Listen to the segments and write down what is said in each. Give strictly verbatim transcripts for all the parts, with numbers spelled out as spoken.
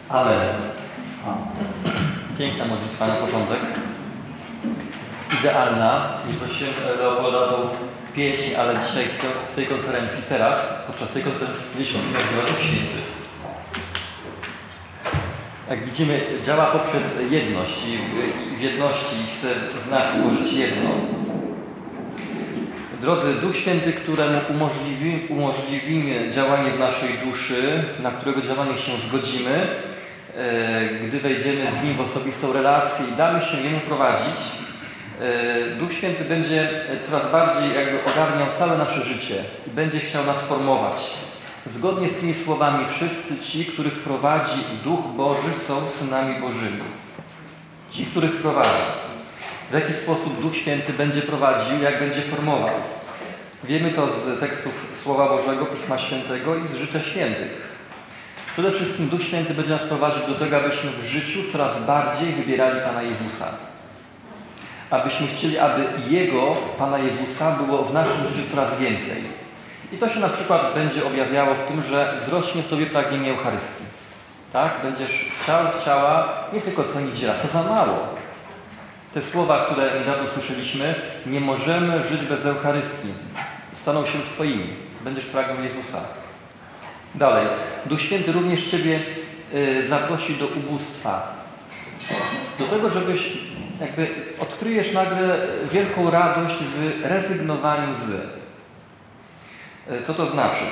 Amen. Piękna modlitwa na początek. Idealna. Nie prosiłem Leopolda o pieśń, ale dzisiaj chcę w tej konferencji, teraz, podczas tej konferencji chcieliśmy nazywać Duch Święty. Jak widzimy, działa poprzez jedność i w jedności chce z nas tworzyć jedno. Drodzy, Duch Święty, któremu umożliwi, umożliwimy działanie w naszej duszy, na którego działanie się zgodzimy, e, gdy wejdziemy z Nim w osobistą relację i damy się Jemu prowadzić, e, Duch Święty będzie coraz bardziej jakby ogarniał całe nasze życie i będzie chciał nas formować. Zgodnie z tymi słowami, wszyscy ci, których prowadzi Duch Boży, są synami Bożymi. Ci, których prowadzi. W jaki sposób Duch Święty będzie prowadził, jak będzie formował. Wiemy to z tekstów Słowa Bożego, Pisma Świętego i z życia świętych. Przede wszystkim Duch Święty będzie nas prowadził do tego, abyśmy w życiu coraz bardziej wybierali Pana Jezusa. Abyśmy chcieli, aby Jego, Pana Jezusa, było w naszym życiu coraz więcej. I to się na przykład będzie objawiało w tym, że wzrośnie w Tobie pragnienie Eucharystii. Tak? Będziesz chciał, chciała, nie tylko co niedziela, to za mało. Te słowa, które niedawno słyszeliśmy, nie możemy żyć bez Eucharystii. Staną się Twoimi. Będziesz pragnął Jezusa. Dalej. Duch Święty również Ciebie y, zaprosi do ubóstwa. Do tego, żebyś jakby odkryjesz nagle wielką radość w rezygnowaniu z. Y, co to znaczy?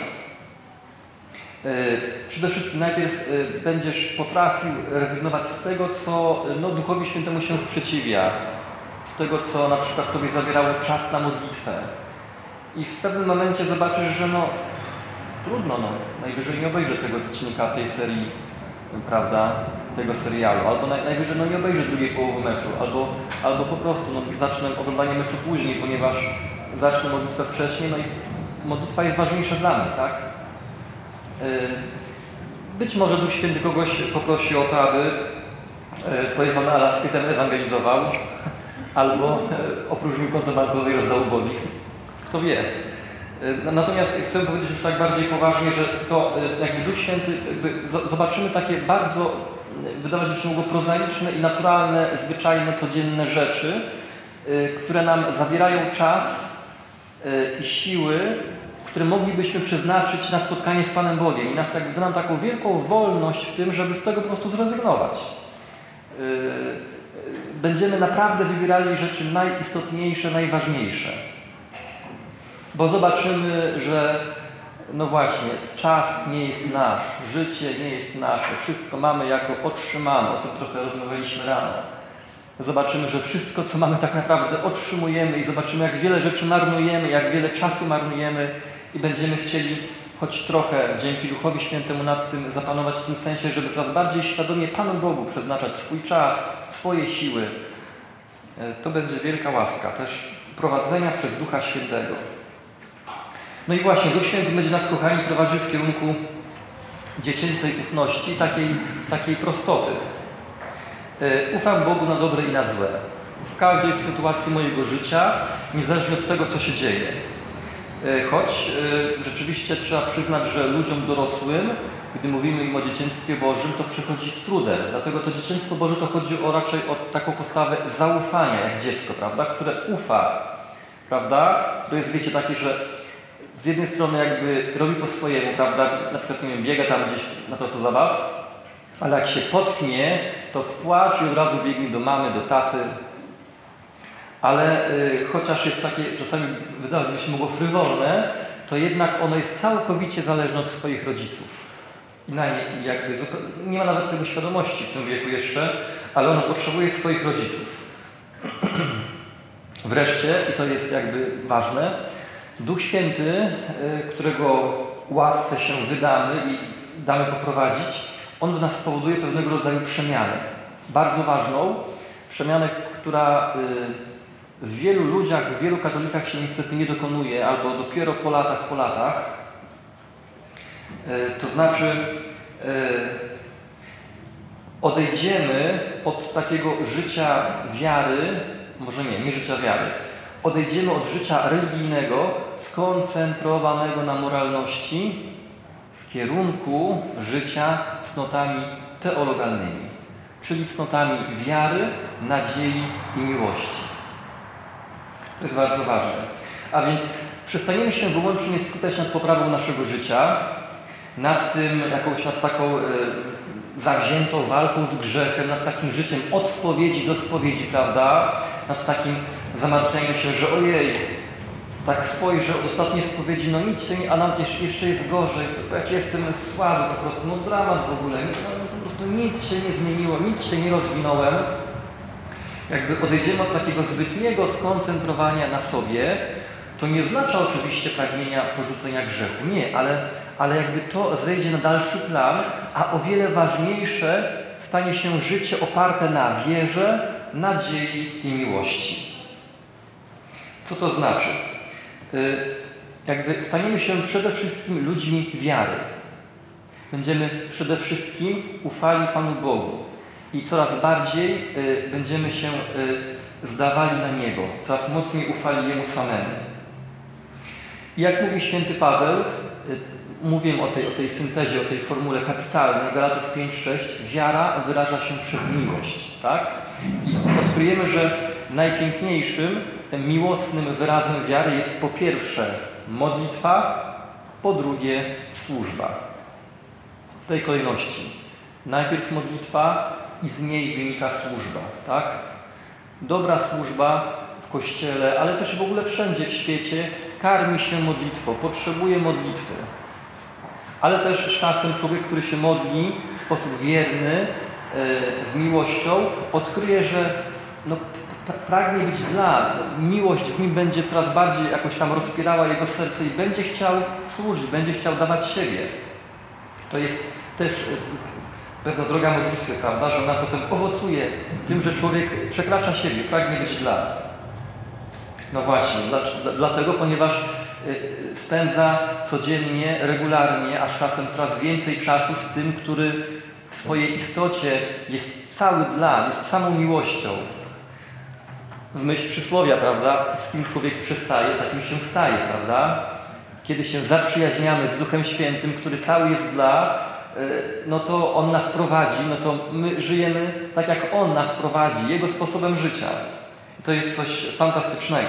Y, przede wszystkim najpierw y, będziesz potrafił rezygnować z tego, co no, Duchowi Świętemu się sprzeciwia. Z tego, co na przykład Tobie zabierało czas na modlitwę. I w pewnym momencie zobaczysz, że no trudno, no, najwyżej nie obejrzę tego odcinka tej serii, prawda, tego serialu, albo naj, najwyżej no, nie obejrzę drugiej połowy meczu, albo, albo po prostu no, zacznę oglądanie meczu później, ponieważ zacznę modlitwę wcześniej, no i modlitwa jest ważniejsza dla mnie, tak? Być może Duch Święty kogoś poprosi o to, aby pojechał na Alaskę, ten ewangelizował, albo opróżnił konto bankowe i rozdał ubogich. Kto wie. Natomiast chcę powiedzieć już tak bardziej poważnie, że to jakby Duch Święty, jakby zobaczymy takie bardzo, wydawać mi się mogło, prozaiczne i naturalne, zwyczajne, codzienne rzeczy, które nam zabierają czas i siły, które moglibyśmy przeznaczyć na spotkanie z Panem Bogiem i nas jakby da nam taką wielką wolność w tym, żeby z tego po prostu zrezygnować. Będziemy naprawdę wybierali rzeczy najistotniejsze, najważniejsze. Bo zobaczymy, że no właśnie, czas nie jest nasz, życie nie jest nasze, wszystko mamy jako otrzymane, o tym trochę rozmawialiśmy rano. Zobaczymy, że wszystko, co mamy, tak naprawdę otrzymujemy i zobaczymy, jak wiele rzeczy marnujemy, jak wiele czasu marnujemy i będziemy chcieli choć trochę dzięki Duchowi Świętemu nad tym zapanować w tym sensie, żeby coraz bardziej świadomie Panu Bogu przeznaczać swój czas, swoje siły. To będzie wielka łaska też prowadzenia przez Ducha Świętego. No i właśnie Duch Święty będzie nas, kochani, prowadził w kierunku dziecięcej ufności, takiej, takiej prostoty. Ufam Bogu na dobre i na złe. W każdej sytuacji mojego życia, niezależnie od tego, co się dzieje. Choć rzeczywiście trzeba przyznać, że ludziom dorosłym, gdy mówimy im o dzieciństwie Bożym, to przychodzi z trudem. Dlatego to dzieciństwo Boże to chodzi o raczej o taką postawę zaufania, jak dziecko, prawda? Które ufa, prawda? To jest, wiecie, takie, że z jednej strony jakby robi po swojemu, prawda? Na przykład, nie wiem, biega tam gdzieś na placu zabaw, ale jak się potknie, to w płacz i od razu biegnie do mamy, do taty. Ale y, chociaż jest takie, czasami wydaje mi się mogło frywolne, to jednak ono jest całkowicie zależne od swoich rodziców. I na nie, jakby nie ma nawet tego świadomości w tym wieku jeszcze, ale ono potrzebuje swoich rodziców. Wreszcie, i to jest jakby ważne, Duch Święty, y, którego łasce się wydamy i damy poprowadzić, on w nas spowoduje pewnego rodzaju przemianę. Bardzo ważną przemianę, która y, w wielu ludziach, w wielu katolikach się niestety nie dokonuje, albo dopiero po latach, po latach. Y, to znaczy y, odejdziemy od takiego życia wiary, może nie, nie życia wiary, odejdziemy od życia religijnego, skoncentrowanego na moralności, w kierunku życia cnotami teologalnymi, czyli cnotami wiary, nadziei i miłości. To jest bardzo ważne. A więc przestaniemy się wyłącznie skupiać nad poprawą naszego życia, nad tym, jakąś nad taką y, zawziętą walką z grzechem, nad takim życiem od spowiedzi do spowiedzi, prawda? Nad takim zamartwianiem się, że ojej, tak spojrzę od ostatniej spowiedzi, no nic się nie, a nawet jeszcze jest gorzej, jak jestem słaby po prostu, no dramat w ogóle, no, no po prostu nic się nie zmieniło, nic się nie rozwinąłem. Jakby odejdziemy od takiego zbytniego skoncentrowania na sobie, to nie oznacza oczywiście pragnienia porzucenia grzechu, nie, ale, ale jakby to zejdzie na dalszy plan, a o wiele ważniejsze stanie się życie oparte na wierze, nadziei i miłości. Co to znaczy? Jakby staniemy się przede wszystkim ludźmi wiary. Będziemy przede wszystkim ufali Panu Bogu i coraz bardziej będziemy się zdawali na Niego, coraz mocniej ufali Jemu samemu. I jak mówi święty Paweł, mówię o tej, o tej syntezie, o tej formule kapitalnej, Galatów pięć sześć, wiara wyraża się przez miłość, tak? I odkryjemy, że najpiękniejszym, miłosnym wyrazem wiary jest po pierwsze modlitwa, po drugie służba. W tej kolejności. Najpierw modlitwa i z niej wynika służba, tak? Dobra służba w Kościele, ale też w ogóle wszędzie w świecie karmi się modlitwą, potrzebuje modlitwy. Ale też z czasem człowiek, który się modli w sposób wierny, z miłością, odkryje, że no, pragnie być dla, miłość w nim będzie coraz bardziej jakoś tam rozpierała jego serce i będzie chciał służyć, będzie chciał dawać siebie. To jest też pewna droga modlitwy, prawda, że ona potem owocuje tym, że człowiek przekracza siebie, pragnie być dla. No właśnie, dlatego, ponieważ spędza codziennie, regularnie, aż czasem coraz więcej czasu z tym, który w swojej istocie jest cały dla, jest samą miłością. W myśl przysłowia, prawda, z kim człowiek przestaje, takim się staje, prawda? Kiedy się zaprzyjaźniamy z Duchem Świętym, który cały jest dla, no to On nas prowadzi, no to my żyjemy tak, jak On nas prowadzi, Jego sposobem życia. To jest coś fantastycznego.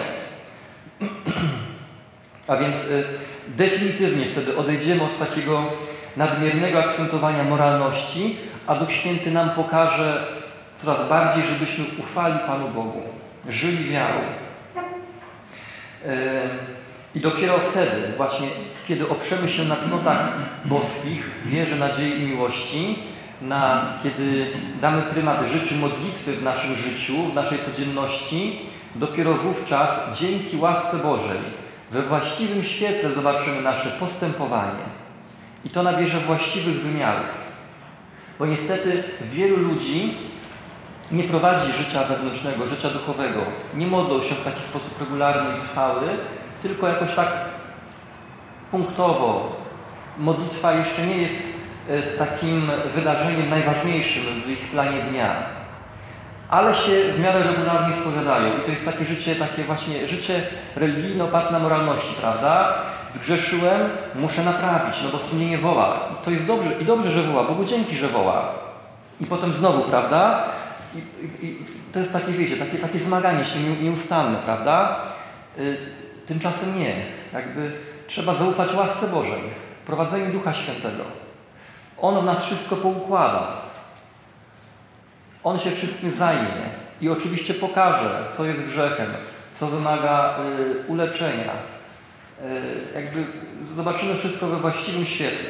A więc y, definitywnie wtedy odejdziemy od takiego nadmiernego akcentowania moralności, a Duch Święty nam pokaże coraz bardziej, żebyśmy ufali Panu Bogu, żyli wiarą. Y, I dopiero wtedy, właśnie kiedy oprzemy się na cnotach boskich, wierze, nadziei i miłości, na, kiedy damy prymat rzeczy modlitwy w naszym życiu, w naszej codzienności, dopiero wówczas, dzięki łasce Bożej, we właściwym świetle zobaczymy nasze postępowanie. I to nabierze właściwych wymiarów. Bo niestety wielu ludzi nie prowadzi życia wewnętrznego, życia duchowego. Nie modlą się w taki sposób regularny i trwały, tylko jakoś tak punktowo. Modlitwa jeszcze nie jest takim wydarzeniem najważniejszym w ich planie dnia. Ale się w miarę regularnie spowiadają. I to jest takie życie, takie właśnie życie religijne oparte na moralności, prawda? Zgrzeszyłem, muszę naprawić, no bo sumienie woła. I to jest dobrze, i dobrze, że woła. Bogu dzięki, że woła. I potem znowu, prawda? I, i, i to jest takie, wiecie, takie, takie zmaganie się nieustanne, prawda? Y, tymczasem nie. Jakby trzeba zaufać łasce Bożej, prowadzeniu Ducha Świętego. On w nas wszystko poukłada. On się wszystkim zajmie i oczywiście pokaże, co jest grzechem, co wymaga y, uleczenia. Y, jakby zobaczymy wszystko we właściwym świetle.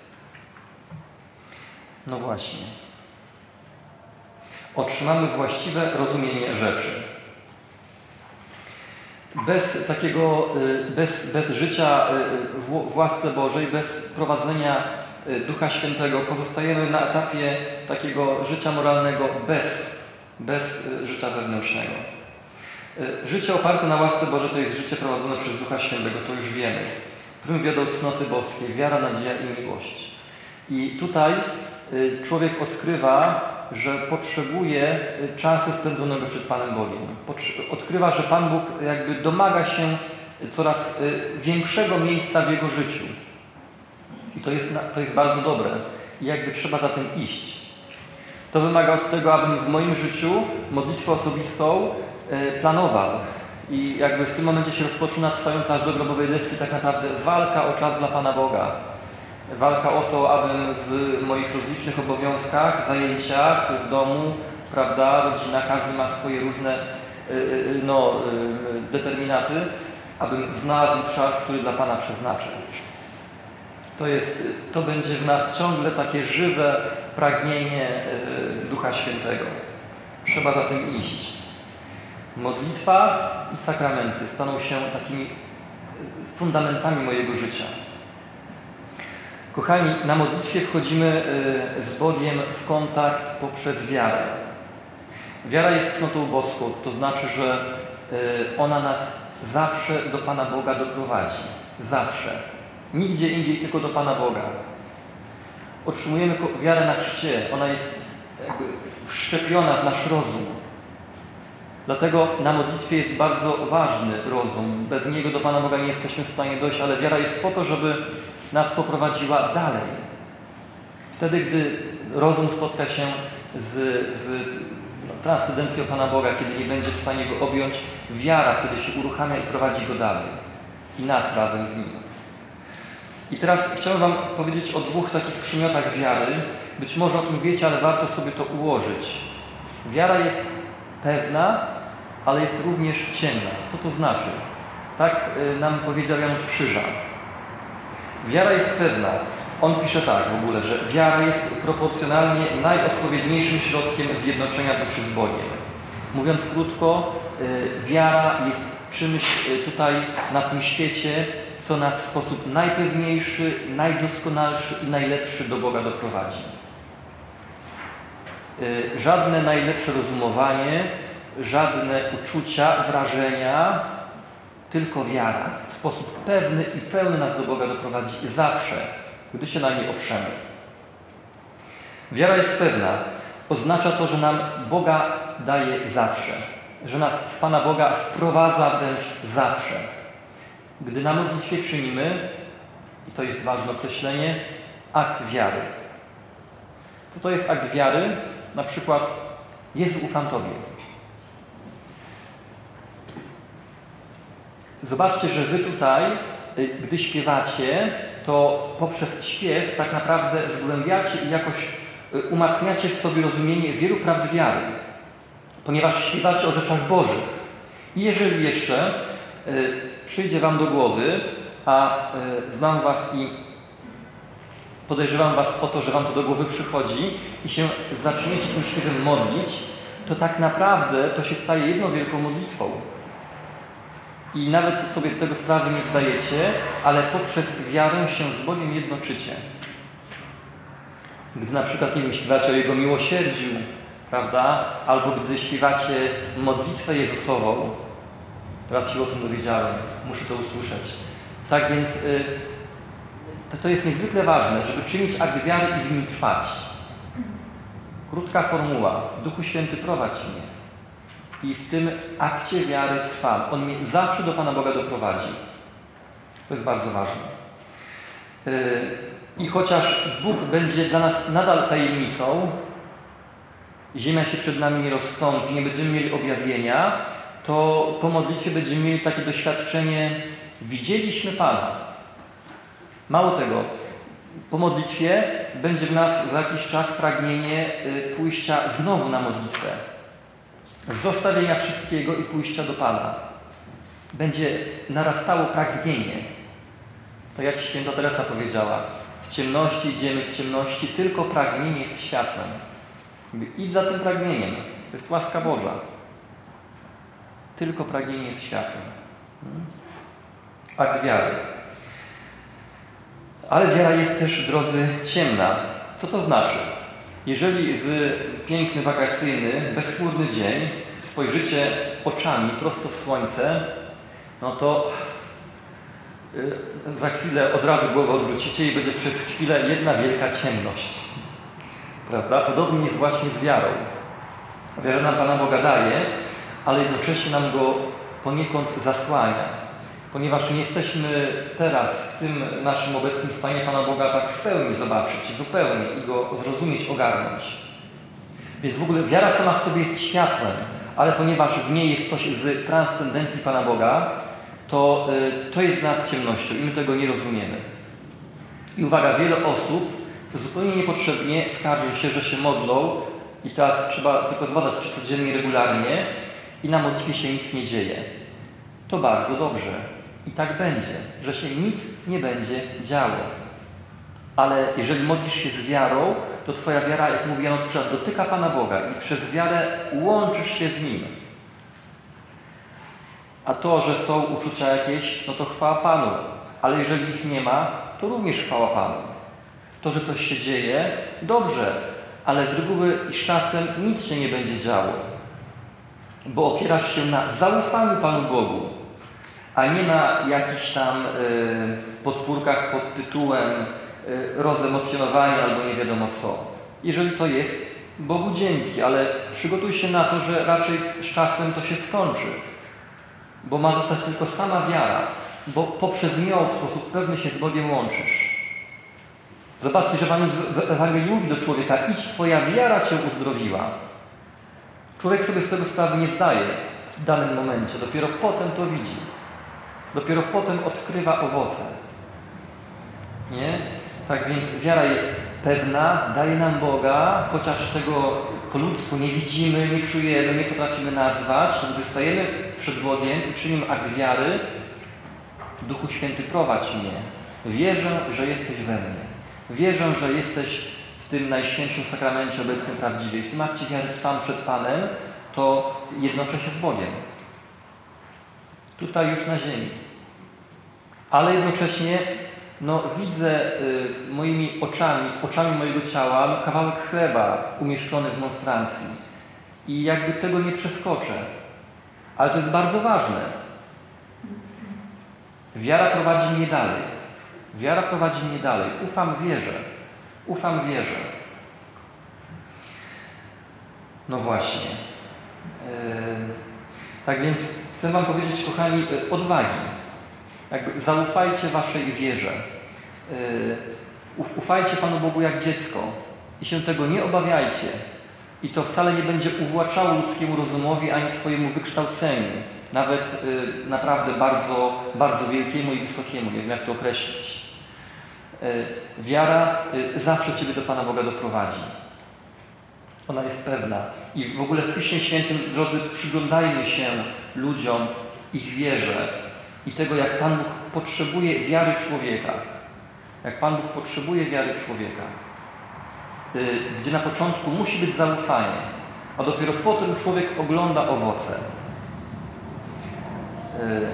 No właśnie. Otrzymamy właściwe rozumienie rzeczy. Bez takiego, y, bez, bez życia y, w, w łasce Bożej, bez prowadzenia Ducha Świętego pozostajemy na etapie takiego życia moralnego bez, bez życia wewnętrznego. Życie oparte na łasce Bożej to jest życie prowadzone przez Ducha Świętego, to już wiemy. Prym wiodą cnoty boskie, wiara, nadzieja i miłość. I tutaj człowiek odkrywa, że potrzebuje czasu spędzonego przed Panem Bogiem. Odkrywa, że Pan Bóg jakby domaga się coraz większego miejsca w jego życiu. I to jest, to jest bardzo dobre. I jakby trzeba za tym iść. To wymaga od tego, abym w moim życiu modlitwę osobistą planował. I jakby w tym momencie się rozpoczyna trwająca aż do grobowej deski tak naprawdę walka o czas dla Pana Boga. Walka o to, abym w moich rozlicznych obowiązkach, zajęciach, w domu, prawda, rodzina, każdy ma swoje różne no, determinaty, abym znalazł czas, który dla Pana przeznaczę. To jest, to będzie w nas ciągle takie żywe pragnienie Ducha Świętego. Trzeba za tym iść. Modlitwa i sakramenty staną się takimi fundamentami mojego życia. Kochani, na modlitwie wchodzimy z Bogiem w kontakt poprzez wiarę. Wiara jest cnotą boską, to znaczy, że ona nas zawsze do Pana Boga doprowadzi. Zawsze. Nigdzie indziej, tylko do Pana Boga. Otrzymujemy wiarę na chrzcie. Ona jest jakby wszczepiona w nasz rozum. Dlatego na modlitwie jest bardzo ważny rozum. Bez niego do Pana Boga nie jesteśmy w stanie dojść, ale wiara jest po to, żeby nas poprowadziła dalej. Wtedy, gdy rozum spotka się z, z no, transcendencją Pana Boga, kiedy nie będzie w stanie go objąć, wiara wtedy się uruchamia i prowadzi go dalej. I nas razem z nim. I teraz chciałem Wam powiedzieć o dwóch takich przymiotach wiary. Być może o tym wiecie, ale warto sobie to ułożyć. Wiara jest pewna, ale jest również ciemna. Co to znaczy? Tak nam powiedział Jan od Krzyża. Wiara jest pewna. On pisze tak w ogóle, że wiara jest proporcjonalnie najodpowiedniejszym środkiem zjednoczenia duszy z Bogiem. Mówiąc krótko, wiara jest czymś tutaj na tym świecie, co nas w sposób najpewniejszy, najdoskonalszy i najlepszy do Boga doprowadzi. Żadne najlepsze rozumowanie, żadne uczucia, wrażenia, tylko wiara w sposób pewny i pełny nas do Boga doprowadzi zawsze, gdy się na niej oprzemy. Wiara jest pewna. Oznacza to, że nam Boga daje zawsze. Że nas w Pana Boga wprowadza wręcz zawsze. Gdy na modlitwie czynimy, i to jest ważne określenie, akt wiary. Co to jest akt wiary? Na przykład, Jezu, ufam Tobie. Zobaczcie, że Wy tutaj, gdy śpiewacie, to poprzez śpiew tak naprawdę zgłębiacie i jakoś umacniacie w sobie rozumienie wielu prawd wiary, ponieważ śpiewacie o rzeczach Bożych. I jeżeli jeszcze y, przyjdzie Wam do głowy, a y, znam Was i podejrzewam Was o to, że Wam to do głowy przychodzi i się zaczniecie tym śpiewem modlić, to tak naprawdę to się staje jedną wielką modlitwą. I nawet sobie z tego sprawy nie zdajecie, ale poprzez wiarę się z Bogiem jednoczycie. Gdy na przykład, nie wiem, śpiewacie o Jego miłosierdziu, prawda? Albo gdy śpiewacie modlitwę Jezusową. Teraz się o tym dowiedziałem, muszę to usłyszeć. Tak więc y, to, to jest niezwykle ważne, żeby czynić akt wiary i w nim trwać. Krótka formuła. Duchu Święty, prowadź mnie. I w tym akcie wiary trwam. On mnie zawsze do Pana Boga doprowadzi. To jest bardzo ważne. I chociaż Bóg będzie dla nas nadal tajemnicą, ziemia się przed nami nie rozstąpi, nie będziemy mieli objawienia, to po modlitwie będziemy mieli takie doświadczenie, widzieliśmy Pana. Mało tego, po modlitwie będzie w nas za jakiś czas pragnienie pójścia znowu na modlitwę. Zostawienia wszystkiego i pójścia do Pana. Będzie narastało pragnienie. To jak święta Teresa powiedziała, w ciemności idziemy w ciemności, tylko pragnienie jest światłem. Idź za tym pragnieniem. To jest łaska Boża. Tylko pragnienie jest światłem. Akt wiary. Ale wiara jest też, drodzy, ciemna. Co to znaczy? Jeżeli w piękny, wakacyjny, bezchmurny dzień spojrzycie oczami prosto w słońce, no to za chwilę od razu głowę odwrócicie i będzie przez chwilę jedna wielka ciemność. Prawda? Podobnie jest właśnie z wiarą. Wiara nam Pana Boga daje, ale jednocześnie nam go poniekąd zasłania. Ponieważ nie jesteśmy teraz w tym naszym obecnym stanie Pana Boga tak w pełni zobaczyć, zupełnie i go zrozumieć, ogarnąć. Więc w ogóle wiara sama w sobie jest światłem, ale ponieważ w niej jest coś z transcendencji Pana Boga, to, y, to jest dla nas ciemnością i my tego nie rozumiemy. I uwaga, wiele osób zupełnie niepotrzebnie skarży się, że się modlą i teraz trzeba tylko zbadać, czy codziennie, regularnie i na modlitwie się nic nie dzieje. To bardzo dobrze. I tak będzie, że się nic nie będzie działo. Ale jeżeli modlisz się z wiarą, to Twoja wiara, jak mówi Jan od Krzyża, dotyka Pana Boga i przez wiarę łączysz się z Nim. A to, że są uczucia jakieś, no to chwała Panu. Ale jeżeli ich nie ma, to również chwała Panu. To, że coś się dzieje, dobrze, ale z reguły i z czasem nic się nie będzie działo. Bo opierasz się na zaufaniu Panu Bogu, a nie na jakichś tam y, podpórkach pod tytułem y, rozemocjonowanie albo nie wiadomo co. Jeżeli to jest, Bogu dzięki, ale przygotuj się na to, że raczej z czasem to się skończy. Bo ma zostać tylko sama wiara, bo poprzez nią w sposób pewny się z Bogiem łączysz. Zobaczcie, że Pan w Ewangelii mówi do człowieka: idź, Twoja wiara Cię uzdrowiła. Człowiek sobie z tego sprawy nie zdaje w danym momencie, dopiero potem to widzi. Dopiero potem odkrywa owoce. Nie? Tak więc wiara jest pewna, daje nam Boga, chociaż tego po ludzku nie widzimy, nie czujemy, nie potrafimy nazwać, to gdy stajemy przed Bogiem i czynimy akt wiary, Duchu Święty, prowadź mnie. Wierzę, że jesteś we mnie. Wierzę, że jesteś w tym Najświętszym Sakramencie obecnym prawdziwie. I w tym akcie wiary trwam przed Panem, to jednoczę się z Bogiem. Tutaj już na ziemi. Ale jednocześnie no, widzę y, moimi oczami, oczami mojego ciała no, kawałek chleba umieszczony w monstrancji. I jakby tego nie przeskoczę. Ale to jest bardzo ważne. Wiara prowadzi mnie dalej. Wiara prowadzi mnie dalej. Ufam, wierzę. Ufam, wierzę. No właśnie. Yy, tak więc chcę Wam powiedzieć, kochani, odwagi. Jakby zaufajcie Waszej wierze. Yy, ufajcie Panu Bogu jak dziecko. I się tego nie obawiajcie. I to wcale nie będzie uwłaczało ludzkiemu rozumowi ani Twojemu wykształceniu. Nawet y, naprawdę bardzo, bardzo wielkiemu i wysokiemu. Nie wiem, jak to określić. Y, wiara y, zawsze Ciebie do Pana Boga doprowadzi. Ona jest pewna. I w ogóle w Piśmie Świętym, drodzy, przyglądajmy się ludziom, ich wierze i tego, jak Pan Bóg potrzebuje wiary człowieka. Jak Pan Bóg potrzebuje wiary człowieka. Y, gdzie na początku musi być zaufanie, a dopiero potem człowiek ogląda owoce. Y,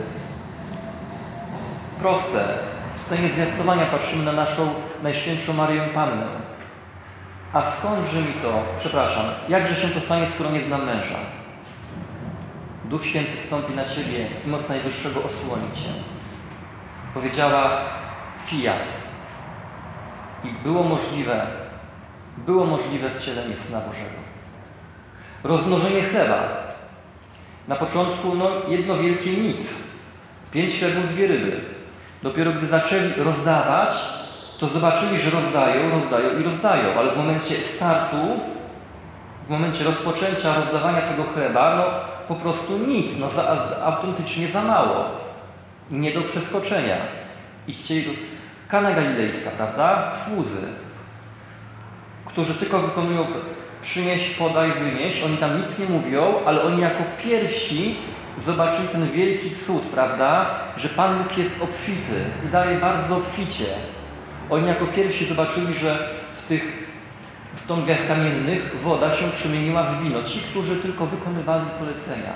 proste. W scenie zwiastowania patrzymy na naszą Najświętszą Maryję Pannę. A skądże mi to, przepraszam, jakże się to stanie, skoro nie znam męża? Duch Święty stąpi na Ciebie i moc Najwyższego osłoni Cię. Powiedziała fiat. I było możliwe, było możliwe wcielenie Syna Bożego. Rozmnożenie chleba. Na początku no, jedno wielkie nic. Pięć chlebów, dwie ryby. Dopiero gdy zaczęli rozdawać, to zobaczyli, że rozdają, rozdają i rozdają. Ale w momencie startu, w momencie rozpoczęcia rozdawania tego chleba, no po prostu nic. No za, autentycznie za mało. Nie do przeskoczenia. Idźcie, Kana Galilejska, prawda? Słudzy, którzy tylko wykonują przynieś, podaj, wynieś. Oni tam nic nie mówią, ale oni jako pierwsi zobaczyli ten wielki cud, prawda? Że Pan Bóg jest obfity i daje bardzo obficie. Oni jako pierwsi zobaczyli, że w tych stągwiach kamiennych woda się przemieniła w wino. Ci, którzy tylko wykonywali polecenia.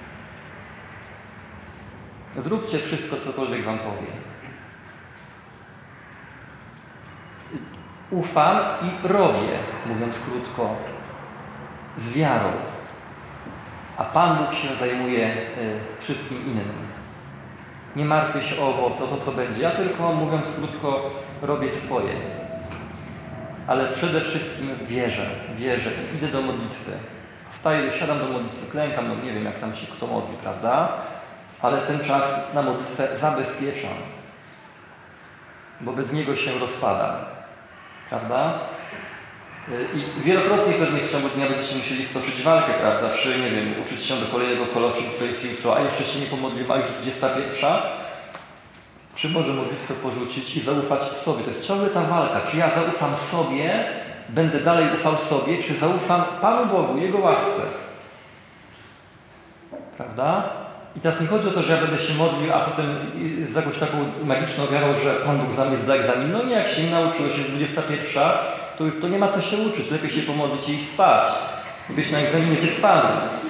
Zróbcie wszystko, cokolwiek Wam powie. Ufam i robię, mówiąc krótko, z wiarą. A Pan Bóg się zajmuje y, wszystkim innym. Nie martwię się o owoce, o to, co będzie. Ja tylko, mówiąc krótko, robię swoje. Ale przede wszystkim wierzę, wierzę i idę do modlitwy. Staję, siadam do modlitwy, klękam, no nie wiem, jak tam się kto modli, prawda? Ale ten czas na modlitwę zabezpieczam. Bo bez niego się rozpadam. Prawda? I wielokrotnie pewnie w ciągu dnia będziecie musieli stoczyć walkę, prawda? Czy, nie wiem, uczyć się do kolejnego kolokwium, które jest jutro, a jeszcze się nie pomodliłem, a już dwudziesta pierwsza. Czy może modlitwę porzucić i zaufać sobie? To jest ciągle ta walka. Czy ja zaufam sobie, będę dalej ufał sobie, czy zaufam Panu Bogu, Jego łasce? Prawda? I teraz nie chodzi o to, że ja będę się modlił, a potem z jakąś taką magiczną wiarą, że Pan Bóg za mnie zda egzamin. No nie, jak się nie nauczyłeś, jest dwudziesta pierwsza, to już to nie ma co się uczyć. Lepiej się pomodlić i iść spać. I być na egzaminie wyspany.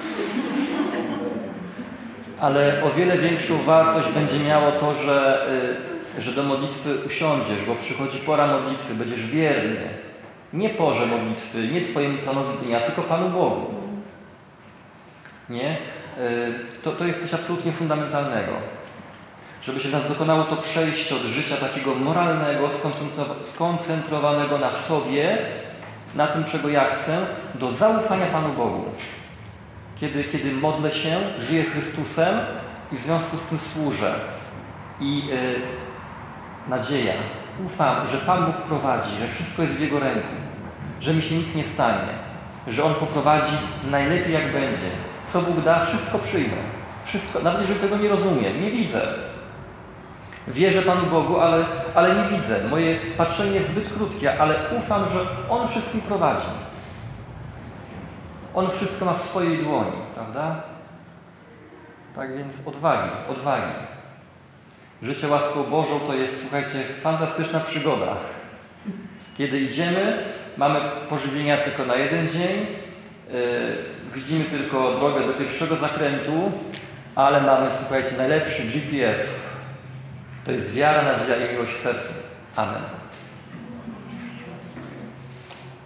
Ale o wiele większą wartość będzie miało to, że, że do modlitwy usiądziesz, bo przychodzi pora modlitwy, będziesz wierny. Nie porze modlitwy, nie Twojemu Panowi dnia, tylko Panu Bogu. Nie? To, to jest coś absolutnie fundamentalnego. Żeby się w nas dokonało to przejście od życia takiego moralnego, skoncentrowanego na sobie, na tym, czego ja chcę, do zaufania Panu Bogu. Kiedy, kiedy modlę się, żyję Chrystusem i w związku z tym służę. I yy, nadzieja. Ufam, że Pan Bóg prowadzi, że wszystko jest w Jego ręku, że mi się nic nie stanie, że On poprowadzi najlepiej jak będzie. Co Bóg da, wszystko przyjmę. Wszystko, nawet jeżeli tego nie rozumiem, nie widzę. Wierzę Panu Bogu, ale, ale nie widzę. Moje patrzenie jest zbyt krótkie, ale ufam, że On wszystkim prowadzi. On wszystko ma w swojej dłoni, prawda? Tak więc odwagi, odwagi. Życie łaską Bożą to jest, słuchajcie, fantastyczna przygoda. Kiedy idziemy, mamy pożywienia tylko na jeden dzień, yy, widzimy tylko drogę do pierwszego zakrętu, ale mamy, słuchajcie, najlepszy G P S. To jest wiara, nadzieja i miłość w sercu. Amen.